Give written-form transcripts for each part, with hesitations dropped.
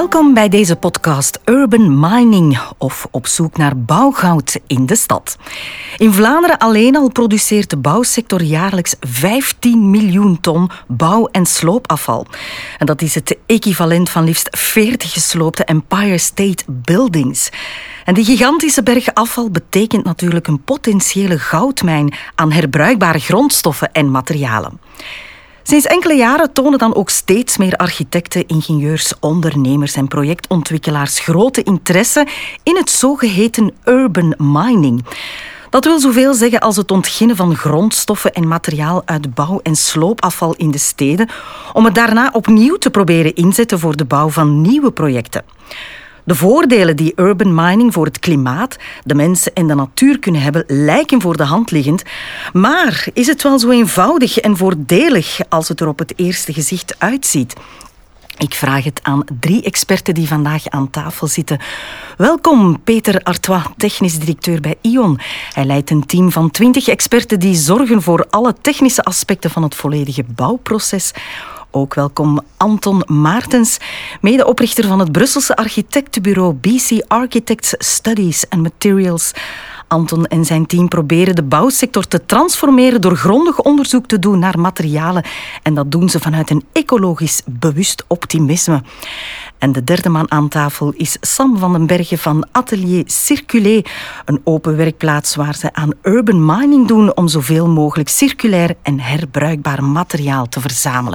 Welkom bij deze podcast Urban Mining, of op zoek naar bouwgoud in de stad. In Vlaanderen alleen al produceert de bouwsector jaarlijks 15 miljoen ton bouw- en sloopafval. En dat is het equivalent van liefst 40 gesloopte Empire State Buildings. En die gigantische berg afval betekent natuurlijk een potentiële goudmijn aan herbruikbare grondstoffen en materialen. Sinds enkele jaren tonen dan ook steeds meer architecten, ingenieurs, ondernemers en projectontwikkelaars grote interesse in het zogeheten urban mining. Dat wil zoveel zeggen als het ontginnen van grondstoffen en materiaal uit bouw- en sloopafval in de steden, om het daarna opnieuw te proberen inzetten voor de bouw van nieuwe projecten. De voordelen die urban mining voor het klimaat, de mensen en de natuur kunnen hebben, lijken voor de hand liggend. Maar is het wel zo eenvoudig en voordelig als het er op het eerste gezicht uitziet? Ik vraag het aan 3 experten die vandaag aan tafel zitten. Welkom, Peter Artois, technisch directeur bij ION. Hij leidt een team van 20 experten die zorgen voor alle technische aspecten van het volledige bouwproces. Ook welkom Anton Maartens, medeoprichter van het Brusselse architectenbureau BC Architects Studies and Materials. Anton en zijn team proberen de bouwsector te transformeren door grondig onderzoek te doen naar materialen. En dat doen ze vanuit een ecologisch bewust optimisme. En de derde man aan tafel is Sam van den Bergen van Atelier Circulé. Een open werkplaats waar ze aan urban mining doen om zoveel mogelijk circulair en herbruikbaar materiaal te verzamelen.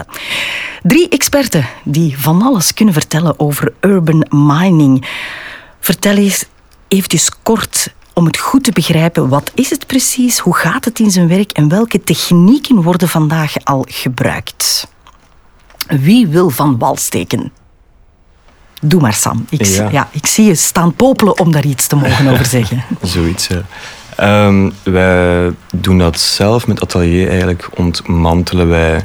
3 experten die van alles kunnen vertellen over urban mining. Vertel eens eventjes kort, om het goed te begrijpen, wat is het precies, hoe gaat het in zijn werk en welke technieken worden vandaag al gebruikt? Wie wil van wal steken? Doe maar, Sam. Ik zie je staan popelen om daar iets te mogen over zeggen. Zoiets, ja. Wij doen dat zelf met Atelier eigenlijk. Ontmantelen wij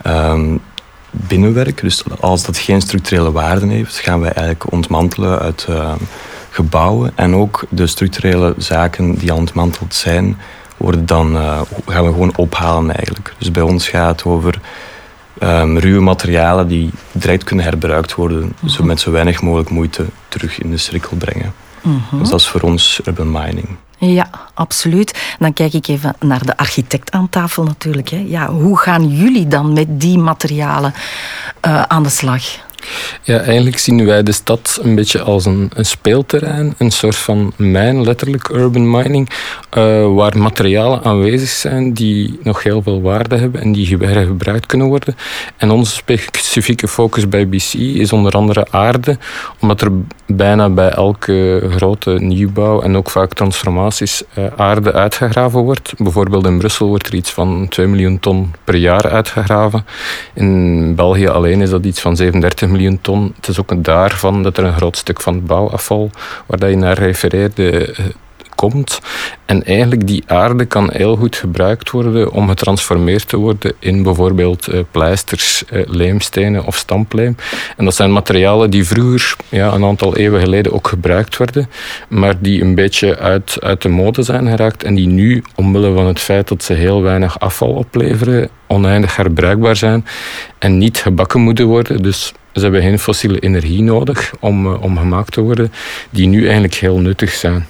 binnenwerk. Dus als dat geen structurele waarde heeft, gaan wij eigenlijk ontmantelen uit gebouwen. En ook de structurele zaken die ontmanteld zijn, gaan we gewoon ophalen eigenlijk. Dus bij ons gaat het over ruwe materialen die direct kunnen herbruikt worden, zo met zo weinig mogelijk moeite terug in de cirkel brengen. Dus dat is voor ons urban mining. Ja, absoluut. Dan kijk ik even naar de architect aan tafel natuurlijk. Hè. Ja, hoe gaan jullie dan met die materialen aan de slag? Ja, eigenlijk zien wij de stad een beetje als een speelterrein, een soort van mijn, letterlijk urban mining, waar materialen aanwezig zijn die nog heel veel waarde hebben en die gebruikt kunnen worden. En onze specifieke focus bij BC is onder andere aarde, omdat er bijna bij elke grote nieuwbouw en ook vaak transformaties aarde uitgegraven wordt. Bijvoorbeeld in Brussel wordt er iets van 2 miljoen ton per jaar uitgegraven. In België alleen is dat iets van 37 miljoen ton. Het is ook daarvan dat er een groot stuk van het bouwafval, waar dat je naar refereerde, komt. En eigenlijk die aarde kan heel goed gebruikt worden om getransformeerd te worden in bijvoorbeeld pleisters, leemstenen of stampleem. En dat zijn materialen die vroeger, een aantal eeuwen geleden, ook gebruikt werden, maar die een beetje uit de mode zijn geraakt en die nu, omwille van het feit dat ze heel weinig afval opleveren, oneindig herbruikbaar zijn en niet gebakken moeten worden. Dus ze hebben geen fossiele energie nodig om gemaakt te worden, die nu eigenlijk heel nuttig zijn.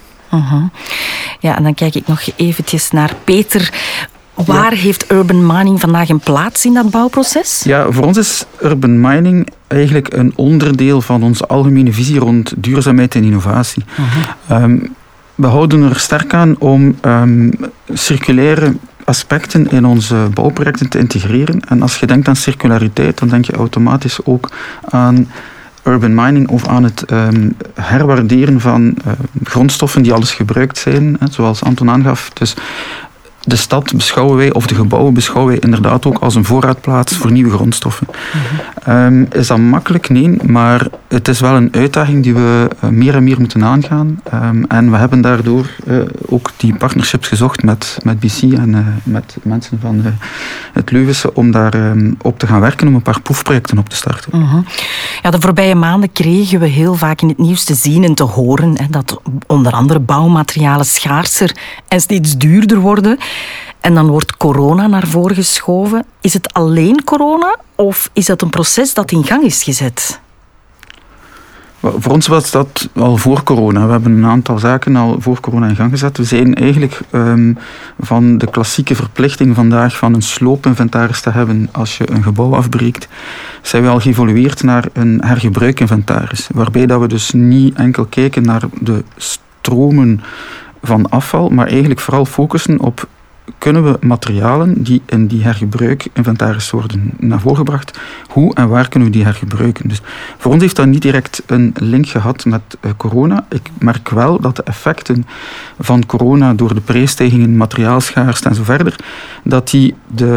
Ja, en dan kijk ik nog eventjes naar Peter. Waar heeft urban mining vandaag een plaats in dat bouwproces? Ja, voor ons is urban mining eigenlijk een onderdeel van onze algemene visie rond duurzaamheid en innovatie. We houden er sterk aan om circulaire aspecten in onze bouwprojecten te integreren. En als je denkt aan circulariteit, dan denk je automatisch ook aan urban mining of aan het herwaarderen van grondstoffen die alles gebruikt zijn, zoals Anton aangaf. Dus de stad beschouwen wij, of de gebouwen beschouwen wij inderdaad ook als een voorraadplaats voor nieuwe grondstoffen. Is dat makkelijk? Nee, maar het is wel een uitdaging die we meer en meer moeten aangaan. En we hebben daardoor ook die partnerships gezocht met BC en met mensen van het Leuvense om daar op te gaan werken, om een paar proefprojecten op te starten. Ja, de voorbije maanden kregen we heel vaak in het nieuws te zien en te horen dat onder andere bouwmaterialen schaarser en steeds duurder worden. En dan wordt corona naar voren geschoven. Is het alleen corona of is dat een proces dat in gang is gezet? Voor ons was dat al voor corona. We hebben een aantal zaken al voor corona in gang gezet. We zijn eigenlijk van de klassieke verplichting vandaag van een sloopinventaris te hebben als je een gebouw afbreekt, zijn we al geëvolueerd naar een hergebruikinventaris. Waarbij dat we dus niet enkel kijken naar de stromen van afval, maar eigenlijk vooral focussen op: kunnen we materialen die in die hergebruikinventaris worden naar voren gebracht, hoe en waar kunnen we die hergebruiken? Dus voor ons heeft dat niet direct een link gehad met corona. Ik merk wel dat de effecten van corona door de prijsstijgingen, materiaalschaarste en zo verder, dat die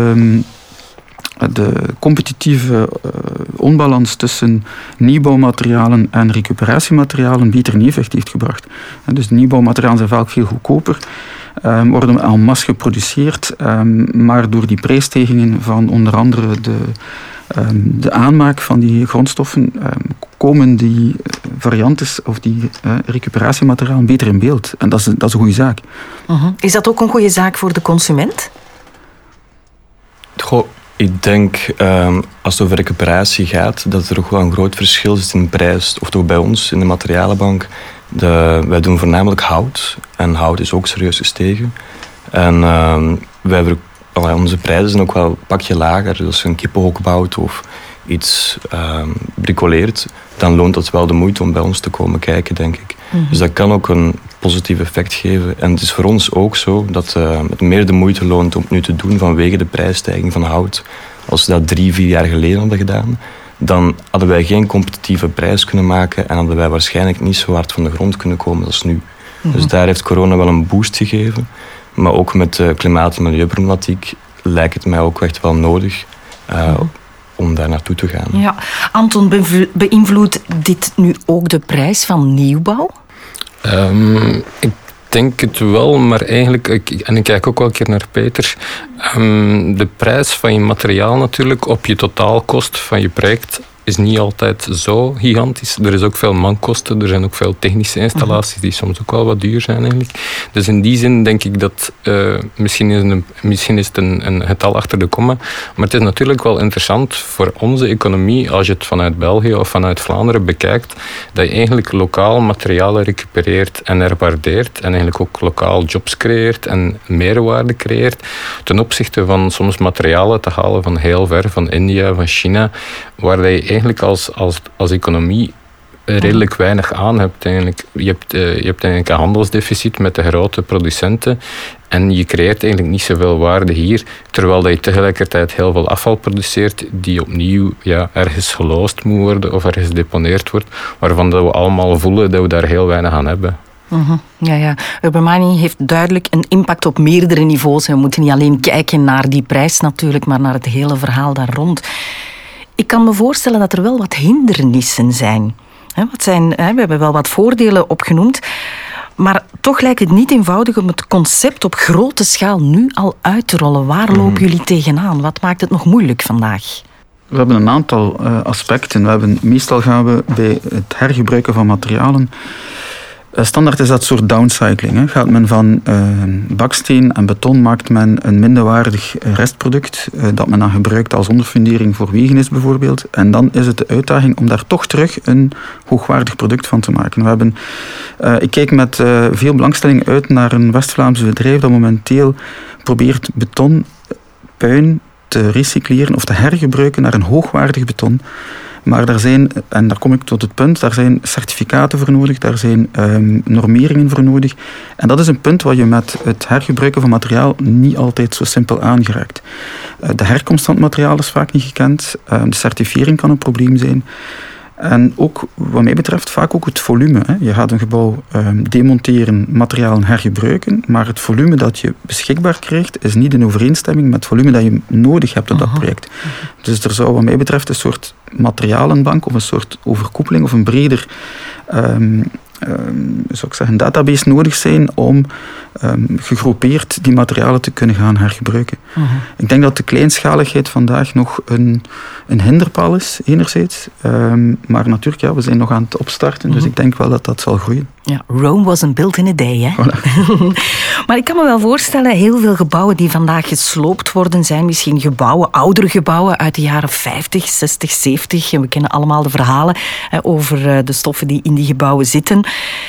de competitieve onbalans tussen nieuwbouwmaterialen en recuperatiematerialen beter in evenwicht heeft gebracht. Dus nieuwbouwmaterialen zijn vaak veel goedkoper, worden en masse geproduceerd, maar door die prijsstijgingen van onder andere de aanmaak van die grondstoffen komen die variantes of die recuperatiematerialen beter in beeld. En dat is een goede zaak. Is dat ook een goede zaak voor de consument? Goh, ik denk, als het over recuperatie gaat, dat er ook wel een groot verschil zit in prijs. Of toch bij ons in de materialenbank. Wij doen voornamelijk hout. En hout is ook serieus gestegen. En onze prijzen zijn ook wel een pakje lager. Dus als je een kippenhok bouwt of iets bricoleert, dan loont dat wel de moeite om bij ons te komen kijken, denk ik. Dus dat kan ook een positief effect geven. En het is voor ons ook zo dat het meer de moeite loont om het nu te doen vanwege de prijsstijging van hout. Als we dat 3-4 jaar geleden hadden gedaan, dan hadden wij geen competitieve prijs kunnen maken en hadden wij waarschijnlijk niet zo hard van de grond kunnen komen als nu. Dus daar heeft corona wel een boost gegeven. Maar ook met de klimaat- en milieuproblematiek lijkt het mij ook echt wel nodig om daar naartoe te gaan. Ja. Anton, beïnvloedt dit nu ook de prijs van nieuwbouw? Ik denk het wel, maar eigenlijk, en ik kijk ook wel een keer naar Peter, de prijs van je materiaal natuurlijk op je totaalkost van je project is niet altijd zo gigantisch. Er is ook veel mankosten, er zijn ook veel technische installaties die soms ook wel wat duur zijn eigenlijk. Dus in die zin denk ik dat misschien is het een getal achter de komma, maar het is natuurlijk wel interessant voor onze economie, als je het vanuit België of vanuit Vlaanderen bekijkt, dat je eigenlijk lokaal materialen recupereert en herwaardeert en eigenlijk ook lokaal jobs creëert en meerwaarde creëert ten opzichte van soms materialen te halen van heel ver, van India, van China, waar je eigenlijk als economie redelijk weinig aan hebt. Eigenlijk. Je hebt eigenlijk een handelsdeficit met de grote producenten en je creëert eigenlijk niet zoveel waarde hier, terwijl dat je tegelijkertijd heel veel afval produceert die opnieuw ergens geloosd moet worden of ergens gedeponeerd wordt, waarvan dat we allemaal voelen dat we daar heel weinig aan hebben. Ja. Urban mining heeft duidelijk een impact op meerdere niveaus. We moeten niet alleen kijken naar die prijs natuurlijk, maar naar het hele verhaal daar rond. Ik kan me voorstellen dat er wel wat hindernissen zijn. We hebben wel wat voordelen opgenoemd, maar toch lijkt het niet eenvoudig om het concept op grote schaal nu al uit te rollen. Waar lopen jullie tegenaan? Wat maakt het nog moeilijk vandaag? We hebben een aantal aspecten. Meestal gaan we bij het hergebruiken van materialen. Standaard is dat soort downcycling. Gaat men van baksteen en beton, maakt men een minderwaardig restproduct dat men dan gebruikt als onderfundering voor wegenis bijvoorbeeld. En dan is het de uitdaging om daar toch terug een hoogwaardig product van te maken. Ik kijk met veel belangstelling uit naar een West-Vlaams bedrijf dat momenteel probeert betonpuin te recycleren of te hergebruiken naar een hoogwaardig beton. Maar daar kom ik tot het punt, daar zijn certificaten voor nodig, daar zijn normeringen voor nodig. En dat is een punt waar je met het hergebruiken van materiaal niet altijd zo simpel aangeraakt. De herkomst van het materiaal is vaak niet gekend, de certifiering kan een probleem zijn. En ook, wat mij betreft, vaak ook het volume. Je gaat een gebouw demonteren, materialen hergebruiken, maar het volume dat je beschikbaar krijgt is niet in overeenstemming met het volume dat je nodig hebt op dat project. Dus er zou, wat mij betreft, een soort materialenbank of een soort overkoepeling of een breder database nodig zijn om gegroepeerd die materialen te kunnen gaan hergebruiken. Ik denk dat de kleinschaligheid vandaag nog een hinderpaal is, enerzijds. Maar natuurlijk, we zijn nog aan het opstarten, dus ik denk wel dat dat zal groeien. Ja, Rome wasn't built in a day, hè? Voilà. Maar ik kan me wel voorstellen, heel veel gebouwen die vandaag gesloopt worden, zijn misschien oudere gebouwen uit de jaren 50, 60, 70. En we kennen allemaal de verhalen over de stoffen die in die gebouwen zitten.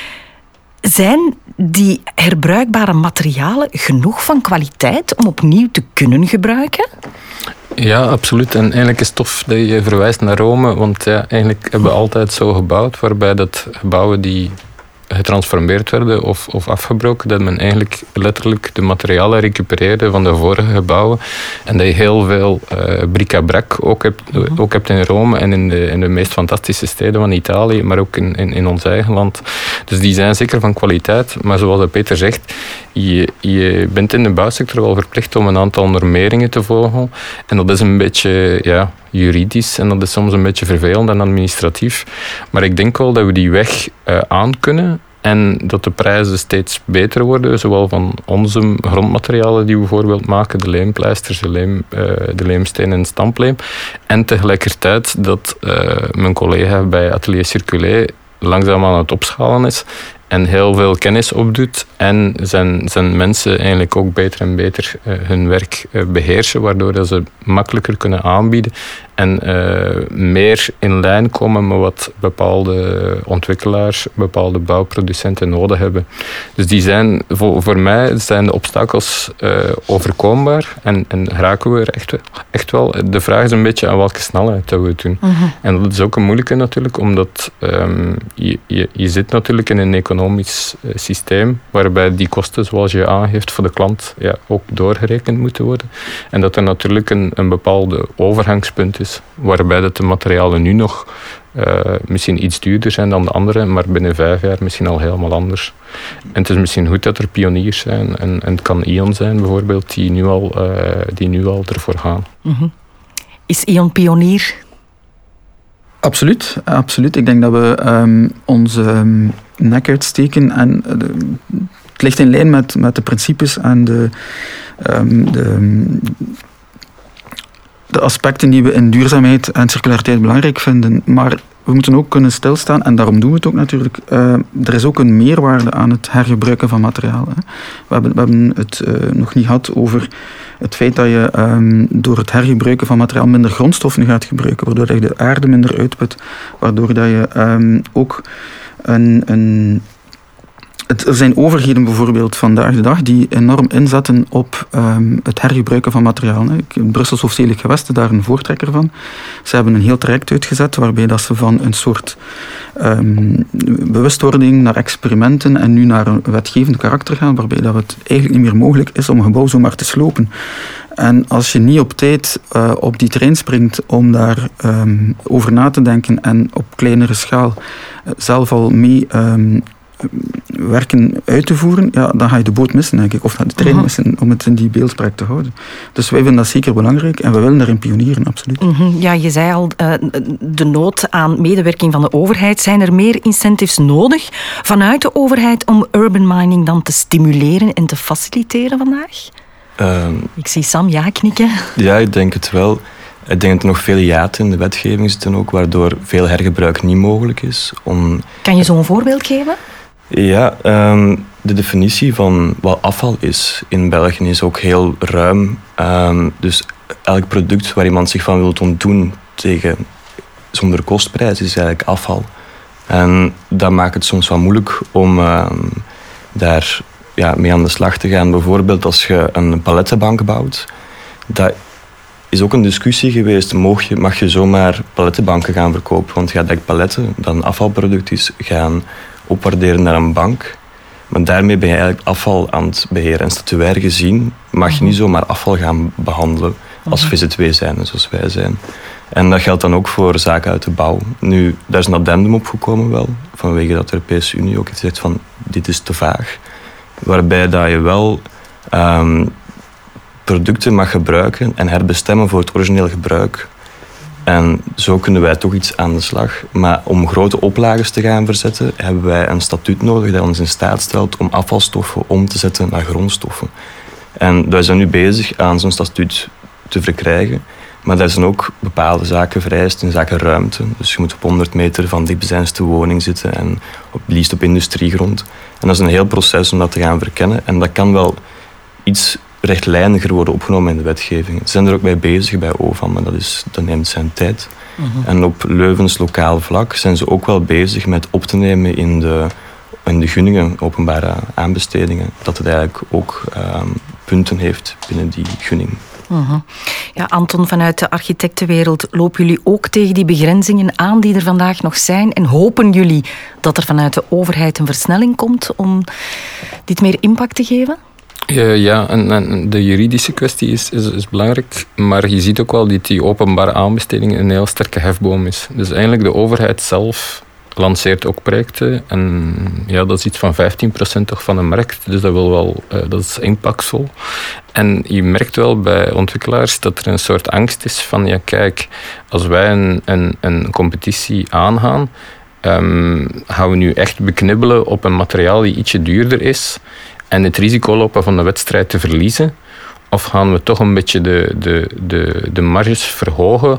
Zijn die herbruikbare materialen genoeg van kwaliteit om opnieuw te kunnen gebruiken? Ja, absoluut. En eigenlijk is het tof dat je verwijst naar Rome, want ja, eigenlijk hebben we altijd zo gebouwd, waarbij dat gebouwen die getransformeerd werden of afgebroken, dat men eigenlijk letterlijk de materialen recupereerde van de vorige gebouwen. En dat je heel veel bric-à-brac ook hebt in Rome en in de meest fantastische steden van Italië, maar ook in ons eigen land. Dus die zijn zeker van kwaliteit, maar zoals Peter zegt, je bent in de bouwsector wel verplicht om een aantal normeringen te volgen. En dat is een beetje juridisch en dat is soms een beetje vervelend en administratief. Maar ik denk wel dat we die weg aan kunnen en dat de prijzen steeds beter worden, zowel van onze grondmaterialen die we bijvoorbeeld maken, de leempleisters, de leemsteen en stampleem. En tegelijkertijd dat mijn collega bij Atelier Circulé langzaam aan het opschalen is en heel veel kennis opdoet en zijn mensen eigenlijk ook beter en beter hun werk beheersen, waardoor dat ze makkelijker kunnen aanbieden en meer in lijn komen met wat bepaalde ontwikkelaars, bepaalde bouwproducenten nodig hebben. Dus die zijn, voor mij zijn de obstakels overkombaar en raken we er echt wel. De vraag is een beetje aan welke snelheid dat we het doen. Uh-huh. En dat is ook een moeilijke natuurlijk, omdat je zit natuurlijk in een economisch systeem waarbij die kosten, zoals je aangeeft, voor de klant ook doorgerekend moeten worden. En dat er natuurlijk een bepaalde overgangspunt is, waarbij dat de materialen nu nog misschien iets duurder zijn dan de andere, maar binnen 5 jaar misschien al helemaal anders. En het is misschien goed dat er pioniers zijn, en het kan Ion zijn bijvoorbeeld, die nu al ervoor gaan. Mm-hmm. Is Ion pionier? Absoluut, absoluut. Ik denk dat we onze nek uitsteken en het ligt in lijn met de principes en de aspecten die we in duurzaamheid en circulariteit belangrijk vinden. Maar we moeten ook kunnen stilstaan, en daarom doen we het ook natuurlijk. Er is ook een meerwaarde aan het hergebruiken van materiaal. Hè. We hebben het nog niet gehad over het feit dat je door het hergebruiken van materiaal minder grondstoffen gaat gebruiken, waardoor je de aarde minder uitput, waardoor dat je ook er zijn overheden bijvoorbeeld vandaag de dag die enorm inzetten op het hergebruiken van materiaal. Het Brussels Hoofdstedelijk Gewest is daar een voortrekker van. Ze hebben een heel traject uitgezet waarbij dat ze van een soort bewustwording naar experimenten en nu naar een wetgevend karakter gaan, waarbij dat het eigenlijk niet meer mogelijk is om een gebouw zomaar te slopen. En als je niet op tijd op die trein springt om daar over na te denken en op kleinere schaal zelf al mee werken uit te voeren, dan ga je de boot missen, denk ik. Of de trein missen, om het in die beeldspraak te houden. Dus wij vinden dat zeker belangrijk en we willen daarin pionieren, absoluut. Mm-hmm. Ja, je zei al, de nood aan medewerking van de overheid. Zijn er meer incentives nodig vanuit de overheid om urban mining dan te stimuleren en te faciliteren vandaag? Ik zie Sam ja knikken. Ja, ik denk het wel. Ik denk dat er nog veel hiaten in de wetgeving zitten ook, waardoor veel hergebruik niet mogelijk is. Kan je zo'n voorbeeld geven? Ja, de definitie van wat afval is in België is ook heel ruim. Dus elk product waar iemand zich van wil ontdoen zonder kostprijs is eigenlijk afval. En dat maakt het soms wel moeilijk om daar mee aan de slag te gaan. Bijvoorbeeld als je een palettenbank bouwt. Dat is ook een discussie geweest. Mag je zomaar palettenbanken gaan verkopen? Want je gaat dat paletten, dat een afvalproduct is, gaan opwaarderen naar een bank. Maar daarmee ben je eigenlijk afval aan het beheren. En statutair gezien mag je niet zomaar afval gaan behandelen als VZW zijn, zoals wij zijn. En dat geldt dan ook voor zaken uit de bouw. Nu, daar is een addendum op gekomen wel, vanwege dat de Europese Unie ook heeft gezegd van dit is te vaag. Waarbij dat je wel producten mag gebruiken en herbestemmen voor het origineel gebruik. En zo kunnen wij toch iets aan de slag. Maar om grote oplages te gaan verzetten, hebben wij een statuut nodig dat ons in staat stelt om afvalstoffen om te zetten naar grondstoffen. En wij zijn nu bezig aan zo'n statuut te verkrijgen. Maar daar zijn ook bepaalde zaken vereist in zaken ruimte. Dus je moet op 100 meter van dichtstbijzijnde woning zitten en liefst op industriegrond. En dat is een heel proces om dat te gaan verkennen. En dat kan wel iets rechtlijniger worden opgenomen in de wetgeving. Ze zijn er ook bij bezig bij OVAM, maar dat neemt zijn tijd. En op Leuvens lokaal vlak zijn ze ook wel bezig met op te nemen in de gunningen, openbare aanbestedingen, dat het eigenlijk ook punten heeft binnen die gunning. Ja, Anton, vanuit de architectenwereld lopen jullie ook tegen die begrenzingen aan die er vandaag nog zijn en hopen jullie dat er vanuit de overheid een versnelling komt om dit meer impact te geven? Ja, en de juridische kwestie is belangrijk, maar je ziet ook wel dat die openbare aanbesteding een heel sterke hefboom is. Dus eigenlijk de overheid zelf lanceert ook projecten en ja, dat is iets van 15% toch van de markt, dus dat is impactvol. En je merkt wel bij ontwikkelaars dat er een soort angst is van, ja kijk, als wij een competitie aangaan, gaan we nu echt beknibbelen op een materiaal die ietsje duurder is en het risico lopen van de wedstrijd te verliezen? Of gaan we toch een beetje de marges verhogen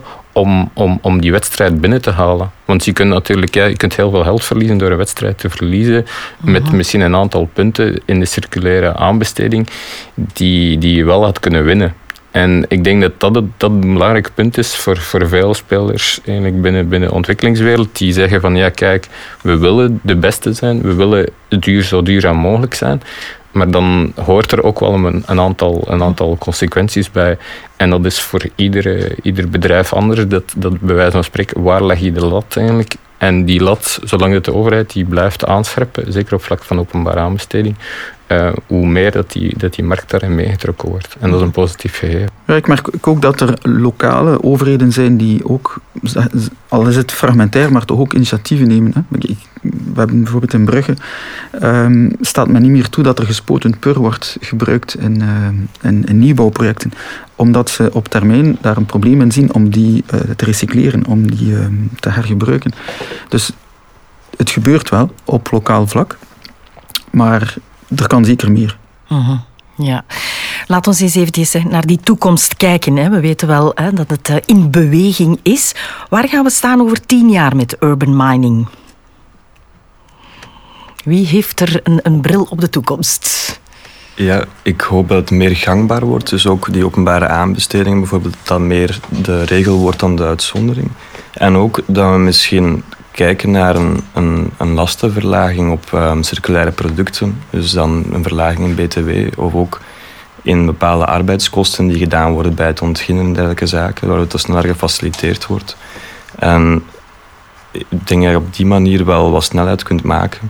om die wedstrijd binnen te halen? Want je kunt natuurlijk je kunt heel veel geld verliezen door een wedstrijd te verliezen met misschien een aantal punten in de circulaire aanbesteding die je wel had kunnen winnen. En ik denk dat een belangrijk punt is voor veel spelers eigenlijk binnen de ontwikkelingswereld, die zeggen van ja kijk, we willen de beste zijn, we willen zo duurzaam mogelijk zijn, maar dan hoort er ook wel een aantal consequenties bij. En dat is voor ieder bedrijf anders. Dat bij wijze van spreken, waar leg je de lat eigenlijk? En die lat, zolang de overheid die blijft aanscherpen, zeker op vlak van openbare aanbesteding, hoe meer dat die markt daarin meegetrokken wordt. En dat is een positief gegeven. Ja, ik merk ook dat er lokale overheden zijn die ook, al is het fragmentair, maar toch ook initiatieven nemen. Hè. We hebben bijvoorbeeld in Brugge, staat men niet meer toe dat er gespoten pur wordt gebruikt in nieuwbouwprojecten. Omdat ze op termijn daar een probleem in zien om die te recycleren, om die te hergebruiken. Dus het gebeurt wel op lokaal vlak, maar er kan zeker meer. Ja. Laat ons eens eventjes naar die toekomst kijken. Hè. We weten wel dat het in beweging is. Waar gaan we staan over 10 jaar met urban mining? Wie heeft er een bril op de toekomst? Ja, ik hoop dat het meer gangbaar wordt. Dus ook die openbare aanbestedingen bijvoorbeeld, dat meer de regel wordt dan de uitzondering. En ook dat we misschien kijken naar een lastenverlaging op circulaire producten. Dus dan een verlaging in BTW of ook in bepaalde arbeidskosten die gedaan worden bij het ontginnen en dergelijke zaken, waardoor het sneller gefaciliteerd wordt. En ik denk dat je op die manier wel wat snelheid kunt maken.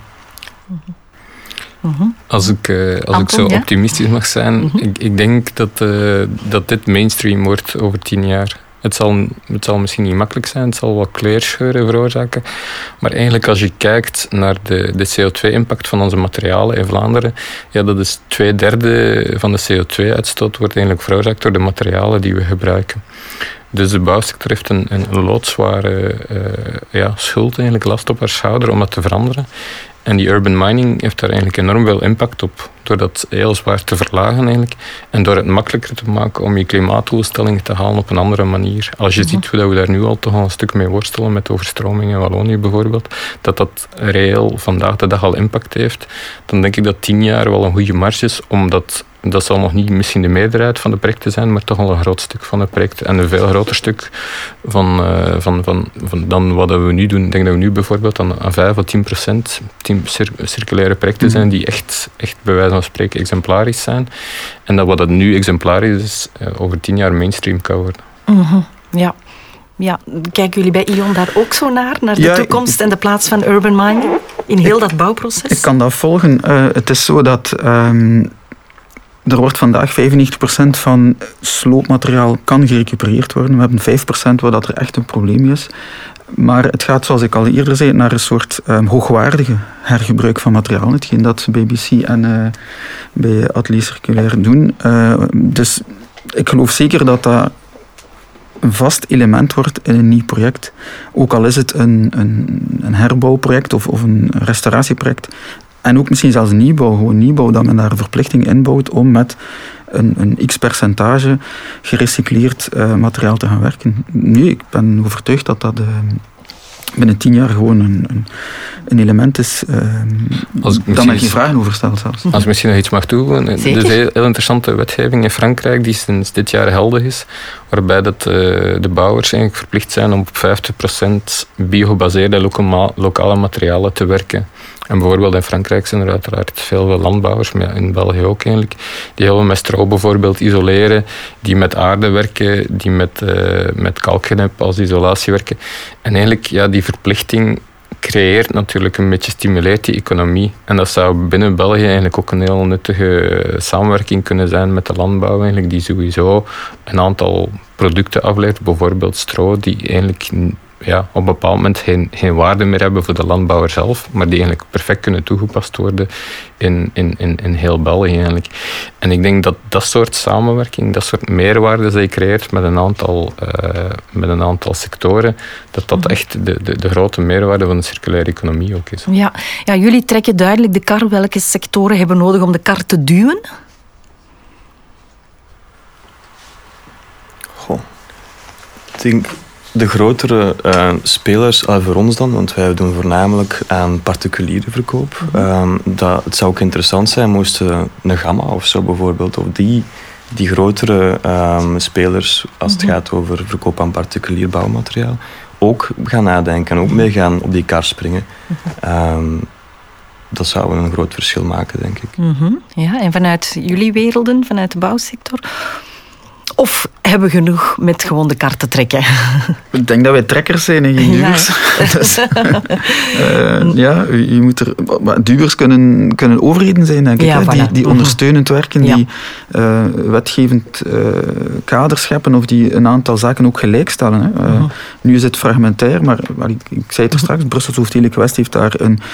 Als ik zo optimistisch mag zijn, ik denk dat dit mainstream wordt over 10 jaar. Het zal misschien niet makkelijk zijn, het zal wat kleerscheuren veroorzaken. Maar eigenlijk als je kijkt naar de CO2-impact van onze materialen in Vlaanderen, ja, dat is 2/3 van de CO2-uitstoot wordt eigenlijk veroorzaakt door de materialen die we gebruiken. Dus de bouwsector heeft een loodzware schuld, eigenlijk last op haar schouder om dat te veranderen. En die urban mining heeft daar eigenlijk enorm veel impact op. Door dat heel zwaar te verlagen eigenlijk. En door het makkelijker te maken om je klimaatdoelstellingen te halen op een andere manier. Als je ziet hoe we daar nu al toch al een stuk mee worstelen met overstroming in Wallonië bijvoorbeeld. Dat reëel vandaag de dag al impact heeft. Dan denk ik dat 10 jaar wel een goede marge is. Omdat dat zal nog niet misschien de meerderheid van de projecten zijn. Maar toch al een groot stuk van de projecten. En een veel groter stuk van dan wat we nu doen. Ik denk dat we nu bijvoorbeeld aan 5 of 10% circulaire projecten zijn die echt bij wijze van spreken exemplarisch zijn. En dat wat het nu exemplarisch is, over 10 jaar mainstream kan worden. Ja. Kijken jullie bij ION daar ook zo naar de toekomst en de plaats van urban mining in heel dat bouwproces? Ik kan dat volgen. Het is zo dat er wordt vandaag 95% van sloopmateriaal kan gerecupereerd worden. We hebben 5% waar dat er echt een probleem is. Maar het gaat, zoals ik al eerder zei, naar een soort hoogwaardige hergebruik van materiaal. Hetgeen dat BBC en bij Atelier Circulair doen. Dus ik geloof zeker dat dat een vast element wordt in een nieuw project. Ook al is het een herbouwproject of een restauratieproject. En ook misschien zelfs gewoon nieuwbouw, dat men daar een verplichting inbouwt om met een x-percentage gerecycleerd materiaal te gaan werken. Nu, ik ben overtuigd dat dat binnen 10 jaar gewoon een element is dat men geen vragen over stelt zelfs. Als ik misschien nog iets mag toevoegen. Er is een heel interessante wetgeving in Frankrijk die sinds dit jaar geldig is, waarbij dat de bouwers eigenlijk verplicht zijn om op 50% biogebaseerde lokale materialen te werken. En bijvoorbeeld in Frankrijk zijn er uiteraard veel landbouwers, maar in België ook eigenlijk, die heel veel met stro bijvoorbeeld isoleren, die met aarde werken, die met kalkgenep als isolatie werken. En eigenlijk, die verplichting creëert natuurlijk een beetje, stimuleert die economie. En dat zou binnen België eigenlijk ook een heel nuttige samenwerking kunnen zijn met de landbouw, eigenlijk, die sowieso een aantal producten aflevert, bijvoorbeeld stro, die eigenlijk op een bepaald moment geen waarde meer hebben voor de landbouwer zelf, maar die eigenlijk perfect kunnen toegepast worden in heel België eigenlijk. En ik denk dat soort samenwerking, dat soort meerwaarde dat je creëert met een aantal sectoren, dat echt de grote meerwaarde van de circulaire economie ook is. Ja, jullie trekken duidelijk de kar. Welke sectoren hebben nodig om de kar te duwen? Ik denk de grotere spelers voor ons dan, want wij doen voornamelijk aan particuliere verkoop. Het zou ook interessant zijn moesten een Gamma of zo bijvoorbeeld, of die grotere spelers, als het gaat over verkoop aan particulier bouwmateriaal, ook gaan nadenken en ook mee gaan op die kar springen. Dat zou een groot verschil maken, denk ik. Ja, en vanuit jullie werelden, vanuit de bouwsector? Of hebben we genoeg met gewoon de kar te trekken? Ik denk dat wij trekkers zijn en geen duwers. Je moet er... Duwers kunnen overheden zijn, denk ik. Voilà. Die ondersteunend werken, die wetgevend kaders scheppen of die een aantal zaken ook gelijkstellen. Nu is het fragmentair, maar ik zei het er straks, Brussels Hoofdstedelijk Gewest heeft daar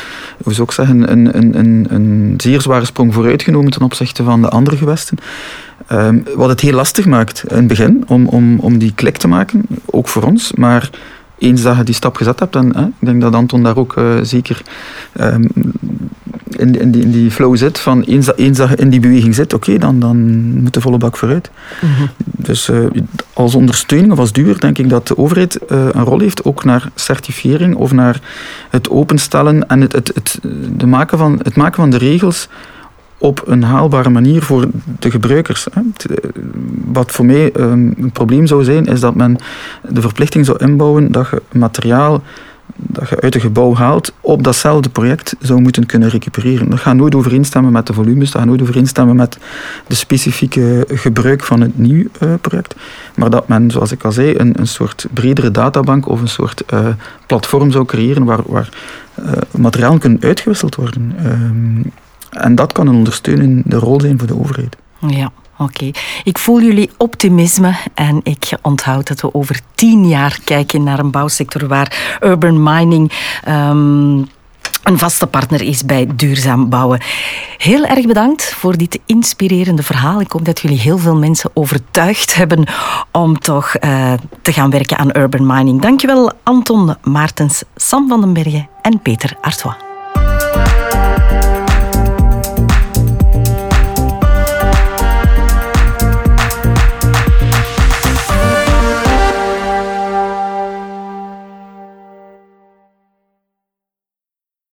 een zeer zware sprong vooruit genomen ten opzichte van de andere gewesten. Wat het heel lastig maakt in het begin om die klik te maken, ook voor ons. Maar eens dat je die stap gezet hebt, en ik denk dat Anton daar ook zeker in die flow zit, van eens dat je in die beweging zit, dan moet de volle bak vooruit. Dus als ondersteuning of als duur denk ik dat de overheid een rol heeft, ook naar certifiering of naar het openstellen en het maken van de regels op een haalbare manier voor de gebruikers. Wat voor mij een probleem zou zijn, is dat men de verplichting zou inbouwen dat je materiaal dat je uit een gebouw haalt, op datzelfde project zou moeten kunnen recupereren. Dat gaat nooit overeenstemmen met de volumes, dat gaat nooit overeenstemmen met de specifieke gebruik van het nieuw project. Maar dat men, zoals ik al zei, een soort bredere databank of een soort platform zou creëren waar materiaal kunnen uitgewisseld worden. En dat kan een ondersteunende rol zijn voor de overheid. Ja, oké. Ik voel jullie optimisme en ik onthoud dat we over 10 jaar kijken naar een bouwsector waar urban mining een vaste partner is bij duurzaam bouwen. Heel erg bedankt voor dit inspirerende verhaal. Ik hoop dat jullie heel veel mensen overtuigd hebben om toch te gaan werken aan urban mining. Dankjewel Anton Maartens, Sam van den Bergen en Peter Artois.